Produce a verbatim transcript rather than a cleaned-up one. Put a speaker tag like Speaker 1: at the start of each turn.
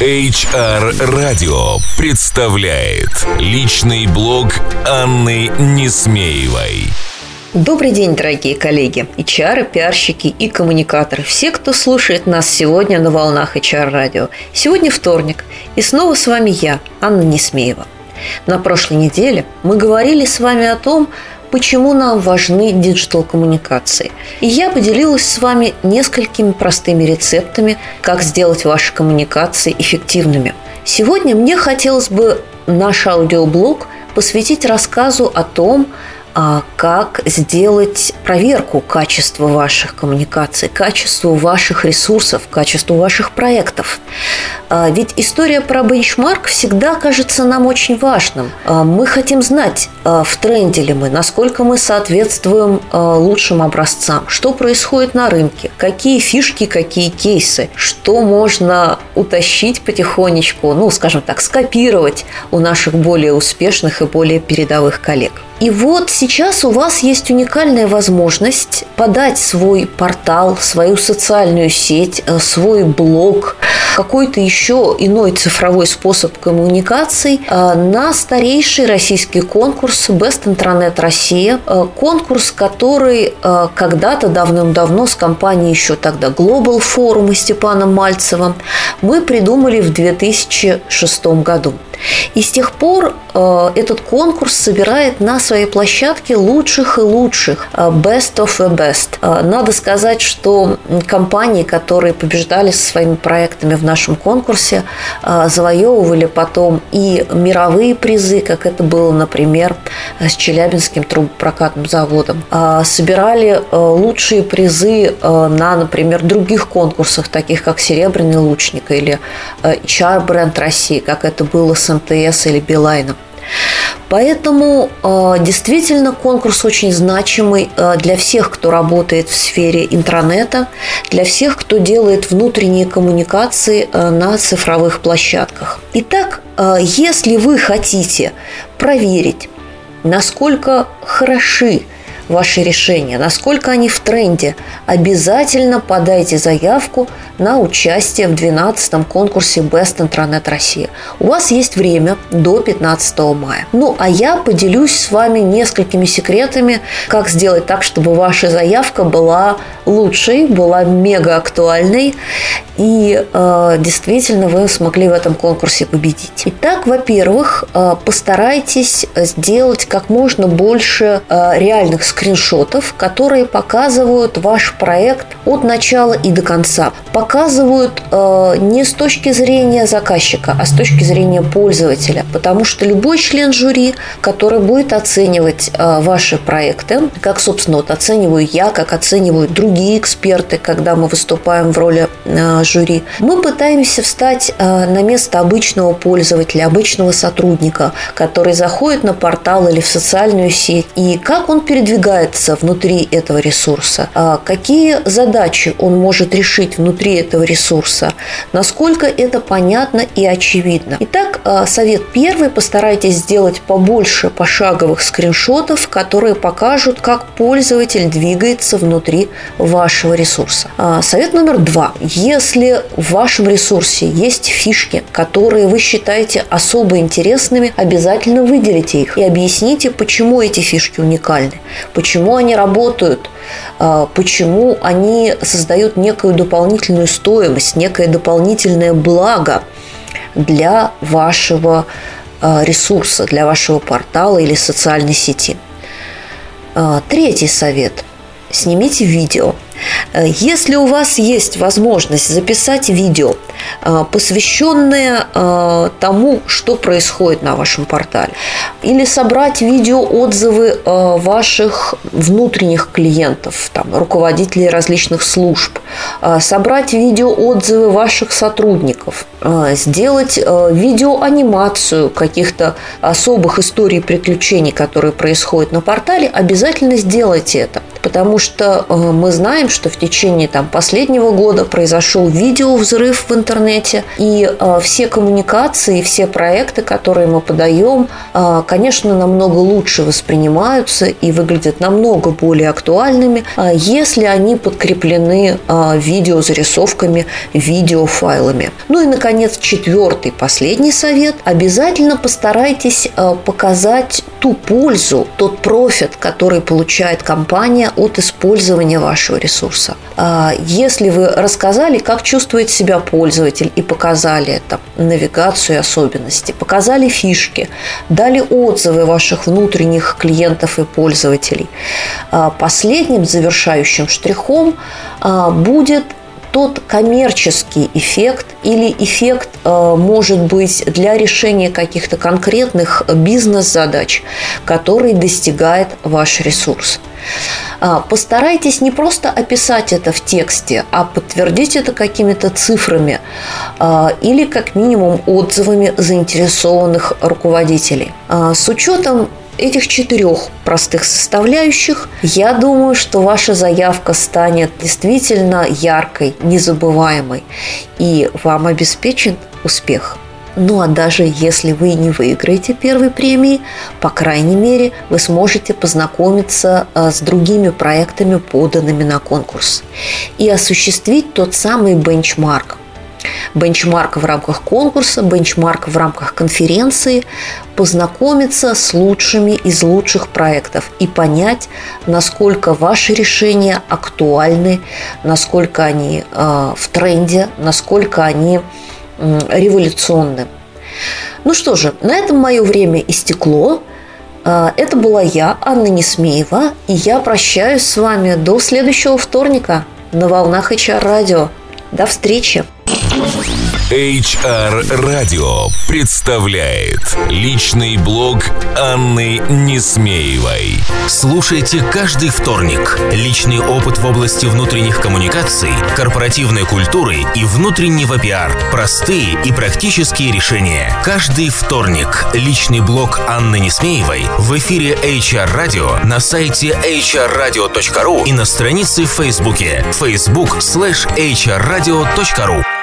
Speaker 1: эйч ар-радио представляет личный блог Анны Несмеевой.
Speaker 2: Добрый день, дорогие коллеги, эйч ар, пиарщики и коммуникаторы. Все, кто слушает нас сегодня на волнах эйч ар-радио. Сегодня вторник, и снова с вами я, Анна Несмеева. На прошлой неделе мы говорили с вами о том, почему нам важны диджитал-коммуникации. И я поделилась с вами несколькими простыми рецептами, как сделать ваши коммуникации эффективными. Сегодня мне хотелось бы наш аудиоблог посвятить рассказу о том, как сделать проверку качества ваших коммуникаций, качества ваших ресурсов, качества ваших проектов. Ведь история про бенчмарк всегда кажется нам очень важным. Мы хотим знать, в тренде ли мы, насколько мы соответствуем лучшим образцам, что происходит на рынке, какие фишки, какие кейсы, что можно утащить потихонечку, ну, скажем так, скопировать у наших более успешных и более передовых коллег. И вот сейчас у вас есть уникальная возможность подать свой портал, свою социальную сеть, свой блог, какой-то еще иной цифровой способ коммуникаций на старейший российский конкурс Best Intranet Россия. Конкурс, который когда-то давным-давно с компанией еще тогда Global Forum и Степаном Мальцевым мы придумали в две тысячи шестом году. И с тех пор э, этот конкурс собирает на своей площадке лучших и лучших, э, best of the best. Э, надо сказать, что компании, которые побеждали со своими проектами в нашем конкурсе, э, завоевывали потом и мировые призы, как это было, например, с Челябинским трубопрокатным заводом. Э, собирали э, лучшие призы э, на, например, других конкурсах, таких как «Серебряный лучник» или э, эйч ар-бренд России, как это было с эм тэ эс или Билайном. Поэтому э, действительно конкурс очень значимый э, для всех, кто работает в сфере интранета, для всех, кто делает внутренние коммуникации э, на цифровых площадках. Итак, э, если вы хотите проверить, насколько хороши ваши решения, насколько они в тренде, обязательно подайте заявку на участие в двенадцатом конкурсе Best Intranet Россия. У вас есть время до пятнадцатого мая. Ну, а я поделюсь с вами несколькими секретами, как сделать так, чтобы ваша заявка была лучшей, была мега актуальной, и э, действительно вы смогли в этом конкурсе победить. Итак, во-первых, э, постарайтесь сделать как можно больше э, реальных скриншотов, которые показывают ваш проект от начала и до конца. Показывают э, не с точки зрения заказчика, а с точки зрения пользователя. Потому что любой член жюри, который будет оценивать э, ваши проекты, как, собственно, вот оцениваю я, как оценивают другие эксперты, когда мы выступаем в роли э, жюри, мы пытаемся встать э, на место обычного пользователя, обычного сотрудника, который заходит на портал или в социальную сеть, и как он передвигается внутри этого ресурса, какие задачи он может решить внутри этого ресурса, насколько это понятно и очевидно. Итак, совет первый: постарайтесь сделать побольше пошаговых скриншотов, которые покажут, как пользователь двигается внутри вашего ресурса. Совет номер два: если в вашем ресурсе есть фишки, которые вы считаете особо интересными, обязательно выделите их и объясните, почему эти фишки уникальны. Почему они работают, почему они создают некую дополнительную стоимость, некое дополнительное благо для вашего ресурса, для вашего портала или социальной сети. Третий совет: снимите видео. Если у вас есть возможность записать видео, посвященное тому, что происходит на вашем портале, или собрать видеоотзывы ваших внутренних клиентов, там, руководителей различных служб, собрать видеоотзывы ваших сотрудников, сделать видеоанимацию каких-то особых историй приключений, которые происходят на портале, обязательно сделайте это. потому что мы знаем, что в течение там, последнего года произошел видеовзрыв в интернете, и все коммуникации, все проекты, которые мы подаем, конечно, намного лучше воспринимаются и выглядят намного более актуальными, если они подкреплены видеозарисовками, видеофайлами. Ну и, наконец, четвертый, последний совет. Обязательно постарайтесь показать ту пользу, тот профит, который получает компания от использования вашего ресурса. Если вы рассказали, как чувствует себя пользователь, и показали это, навигацию и особенности, показали фишки, дали отзывы ваших внутренних клиентов и пользователей, последним завершающим штрихом будет тот коммерческий эффект или эффект, может быть, для решения каких-то конкретных бизнес-задач, который достигает ваш ресурс. Постарайтесь не просто описать это в тексте, а подтвердить это какими-то цифрами или, как минимум, отзывами заинтересованных руководителей. С учетом этих четырех простых составляющих, я думаю, что ваша заявка станет действительно яркой, незабываемой, и вам обеспечен успех. Ну а даже если вы не выиграете первой премии, по крайней мере, вы сможете познакомиться с другими проектами, поданными на конкурс, и осуществить тот самый бенчмарк. Бенчмарк в рамках конкурса, бенчмарк в рамках конференции, познакомиться с лучшими из лучших проектов и понять, насколько ваши решения актуальны, насколько они э, в тренде, насколько они э, революционны. Ну что же, на этом мое время истекло. Это была я, Анна Несмеева, и я прощаюсь с вами до следующего вторника на волнах эйч ар Радио. До встречи!
Speaker 1: эйч ар Радио представляет личный блог Анны Несмеевой.
Speaker 3: Слушайте каждый вторник. Личный опыт в области внутренних коммуникаций, корпоративной культуры и внутреннего пиар. Простые и практические решения. Каждый вторник. Личный блог Анны Несмеевой в эфире эйч ар Радио, на сайте эйч ар радио точка ру и на странице в Фейсбуке facebook слэш эйч ар радио точка ру.